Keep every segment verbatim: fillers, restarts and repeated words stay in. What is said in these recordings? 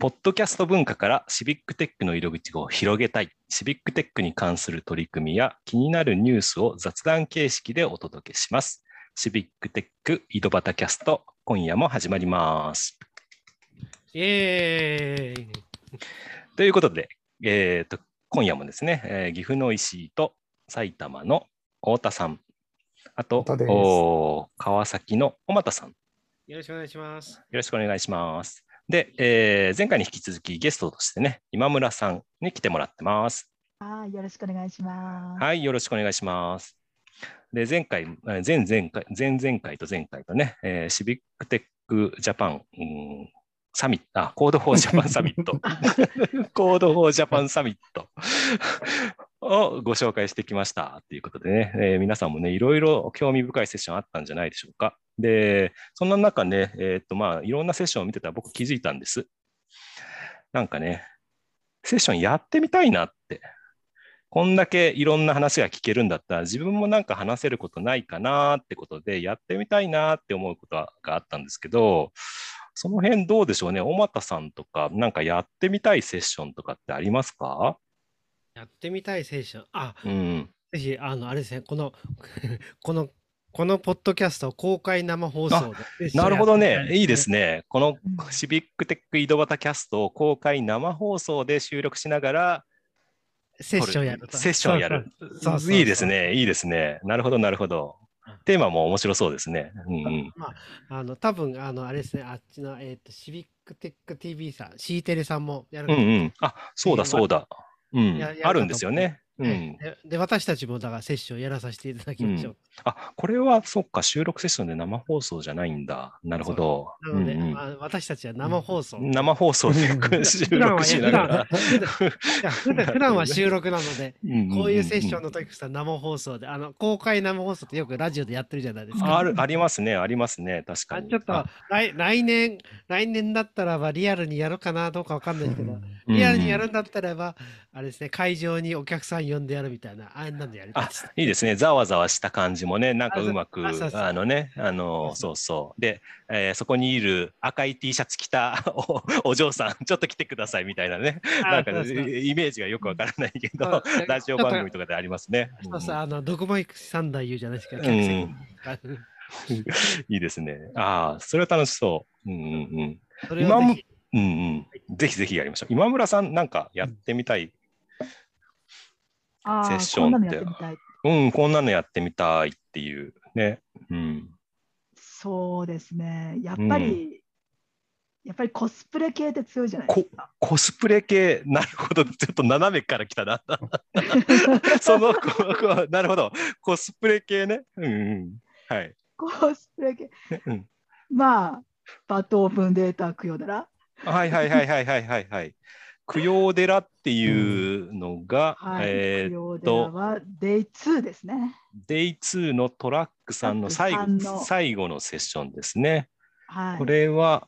ポッドキャスト文化からシビックテックの色口を広げたい、シビックテックに関する取り組みや気になるニュースを雑談形式でお届けします。シビックテック井戸端キャスト、今夜も始まります。 イエーイということで、えー、と今夜もですね、えー、岐阜の石井と埼玉の太田さん、あとお川崎の小俣さん、 よろしくお願いします。 よろしくお願いします。で、えー、前回に引き続きゲストとしてね、今村さんに来てもらってます。 はい、よろしくお願いします。 はい、よろしくお願いします。で、前回、前々回、前々回と前回とね、えー、シビックテックジャパン、うん、サミット、あ、コードフォージャパンサミット、コードフォージャパンサミットをご紹介してきましたということでね、えー、皆さんもね、いろいろ興味深いセッションあったんじゃないでしょうか。で、そんな中ね、えっと、まあ、いろんなセッションを見てたら僕気づいたんです。なんかね、セッションやってみたいなって。こんだけいろんな話が聞けるんだったら、自分もなんか話せることないかなってことで、やってみたいなって思うことがあったんですけど、その辺どうでしょうね。小俣さんとか、なんかやってみたいセッションとかってありますか？ やってみたいセッション。あ、 うん、 ぜひ、あの、あれですね、この、この、このポッドキャスト公開生放送で。 なるほどね。いいですね。このシビックテック井戸端キャストを公開生放送で収録しながら、 セッションやると。 セッションやる。いいですね。いいですね。なるほど、なるほど。テーマも面白そうですね。うんうん、 まあ、あの、多分あの、あれですね、あっちの、えっと、シビックテック ティーブイ さん、C テレさんもやるかも。 うんうん。あ、そうだそうだ。うん。あるんですよね。うん、 で, で私たちもだからセッションやらさせていただきましょう。うん、 あ、これはそっか、収録セッションで生放送じゃないんだ。なるほど。 なので、うんうん、まあ、私たちは生放送。 生放送で収録しながら。 普段は収録なので、こういうセッションの時こそ生放送で、あの公開生放送ってよくラジオでやってるじゃないですか。 あるありますね、ありますね、確かに。 ちょっと来来年、来年だったらばリアルにやるかな、どうかわかんないけど、リアルにやるんだったらば、あれですね、会場にお客さん呼んでやるみたいな、あんなのやりたいです、ね。 いいですね、ざわざわした感じもね、なんかうまく、あのね、あの、そうそう。で、えー、そこにいる赤い T シャツ着たお, お嬢さん、ちょっと来てくださいみたいなね、なんかイメージがよくわからないけど、ラジオ番組とかでありますね。 そうそう、あの、どこも行く三代言うじゃないですか、客席に。 いいですね。ああ、それは楽しそう。うんうんうん。今も、うんうん。ぜひぜひやりましょう。今村さん、なんかやってみたいセッションって。うん、こんなのやってみたいっていうね。うん。 そうですね。やっぱり、うん、やっぱりコスプレ系って強いじゃないですか。 コ, コスプレ系、なるほど。ちょっと斜めから来たな。そのこ、なるほど。コスプレ系ね。うんうん。はい。 コスプレ系。うん、まあ、バッドオープンデータ供養だら。 はいはいはいはいはいはいはい。供養寺っていうのが、 うん、はい、えー、供養寺はデイツーですね。 デイツーのトラックさんの最後の最後のセッションですね。はい、これは、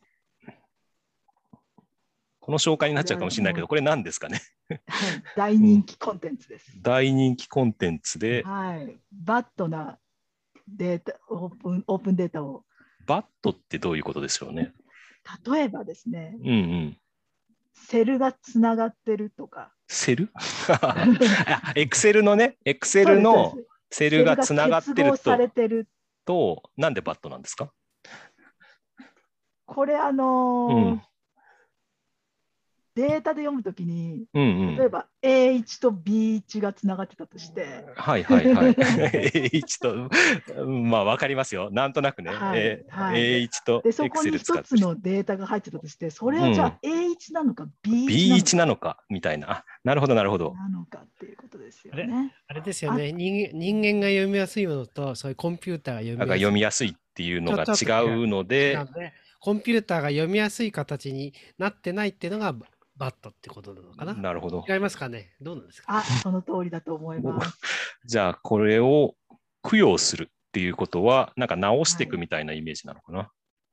この紹介になっちゃうかもしれないけど、これ何ですかね。 はい、大人気コンテンツです。 うん、大人気コンテンツで、 はい、バッドなデータオープン、オープンデータを。 バッドってどういうことでしょうね。 例えばですね、 うんうん、 セルがつながってるとか。 セルエクセルのね、エクセルのセルがつながってると、 されてると、なんでバッドなんですか？ これあのーうん、データで読むときに、うんうん、例えば エーワン と ビーワン がつながってたとして、 はいはいはい。エーワン と、まあわかりますよ。なんとなくね。はいはい、エーワン とで、そこに一つのデータが入ってたとして、それはじゃあ エーワン なのか ビーワン なのか。 ビーワン なのかみたいな。あ、なるほどなるほど。 なのかっていうことですよね。 あれ、あれですよね人。人間が読みやすいものと、そういうコンピューターが読みやすい。 読みやすいっていうのが違うので、 コンピューターが読みやすい形になってないっていうのが、バットってことなのかな。 なるほど。 違いますかね。どうなんですか。 あ、その通りだと思います。 じゃあこれを供養するっていうことは、なんか直していくみたいなイメージなのかな。はい、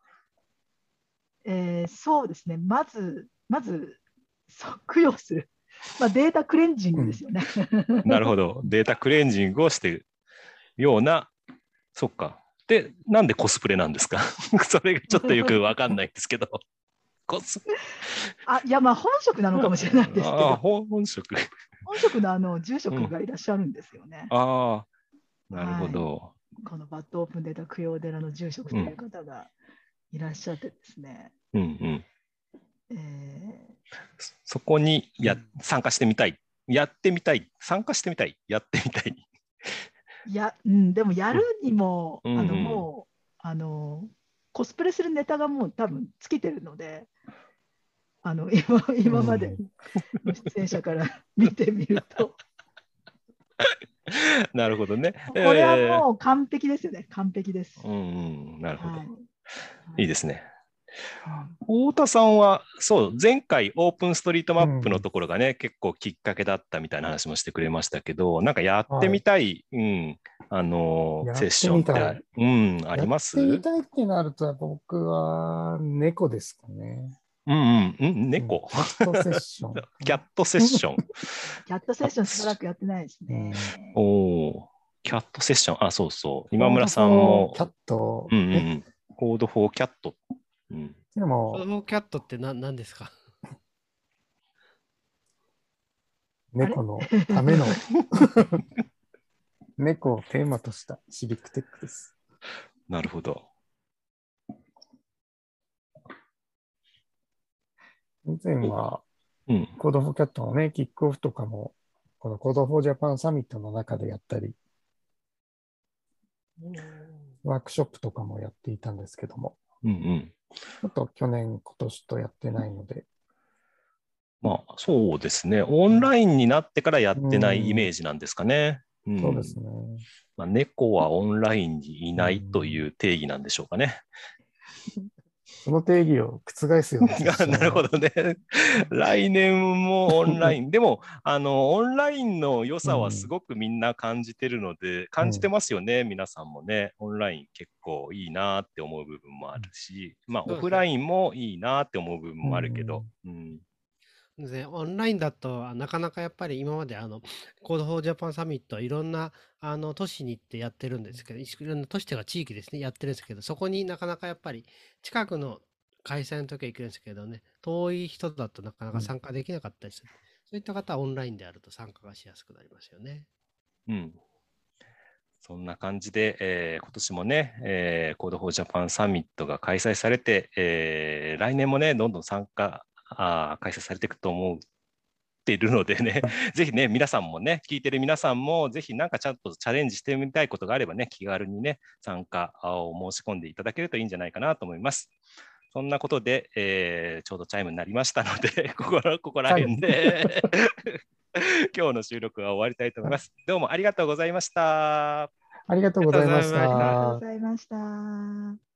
えー、そうですね。まずまずそう供養する。まあデータクレンジングですよね。 うん、なるほど。データクレンジングをしているような、そっか。で、なんでコスプレなんですか？それがちょっとよくわかんないんですけど。 コスあ、いや、まあ本職なのかもしれないですけあど、 本職。 本職のあの住職がいらっしゃるんですよね。 うん、ああ、なるほはい、 ど。 このバッドオープンデータ供養寺の住職という方がいらっしゃってですね。 うんうん。 えー、 そこにや参加してみたい。やってみたい。参加してみたい。やってみたい。 いや、うん、でもやるにも、 うんうん、 あのもうあのコスプレするネタがもう多分尽きてるので、あの 今, 今までの出演者から見てみると、 なるほどね。 これはえーもう完璧ですよね、完璧です。 うんうん、なるほど。 はい、 いいですね。 うん、 太田さんは、そう、前回オープンストリートマップのうんところがね、結構きっかけだったみたいな話もしてくれましたけど、なんかやってはい。 みたい、うん、あの、 やっセッシてみたい。 ョンってあ、うん、ありまやってみす？ たいってなると、やっぱ僕は猫ですかね。 うんうん、うん、 うん猫。 キャットセッションかな。 キャットセッション。 キャットセッションしばらくやってないですね。 うんおお、キャットセッション。あ、そうそう。今コード村さんも、 キャット、 うんうんうね。 ん、コードフォーキャット。うんで子も、 供キャットって何何ですか？ あれ猫のための猫をテーマとしたシビックテックです。 なるほど。 以前は、 うん。 コードフォーキャットのね、キックオフとかも、このコードフォージャパンサミットの中でやったり、ワークショップとかもやっていたんですけども、 うんうん。 ちょっと去年、今年とやってないので、 まあ、そうですね。オンラインになってからやってないイメージ。 ジなんですかね。うん、 そうですね。 まあ、猫はオンラインにいないという定義なんでしょうかね。 その定義を覆すようなセッションなるほどね。来年もオンライン。でも、あの、オンラインの良さはすごくみんな感じてるので、感じてますよね、皆さんもね。オンライン結構いいなって思う部分もあるし、まあ、オフラインもいいなって思う部分もあるけど、うんですね、オンラインだとあなかなかやっぱり今まであのコードフォージャパンサミットいろんなあの都市に行ってやってるんですけど、いろんな都市というか地域ですね、やってるんですけど、そこになかなかやっぱり近くの開催の時は行くんですけどね、遠い人だとなかなか参加できなかったりする。そういった方はオンラインであると参加がしやすくなりますよね。 うん。そんな感じで、えー今年もね、えー、コードフォージャパンサミットが開催されて、えー来年もね、どんどん参加、あー開催されていくと思っているのでね、ぜひね、皆さんもね、聞いてる皆さんも、ぜひなんかちゃんとチャレンジしてみたいことがあればね、気軽にね、参加を申し込んでいただけるといいんじゃないかなと思います。そんなことで、えーちょうどチャイムになりましたので、ここらここら辺で今日の収録は終わりたいと思います。どうもありがとうございました。 ありがとうございましありがとうございましたたありがとうご。ざいました。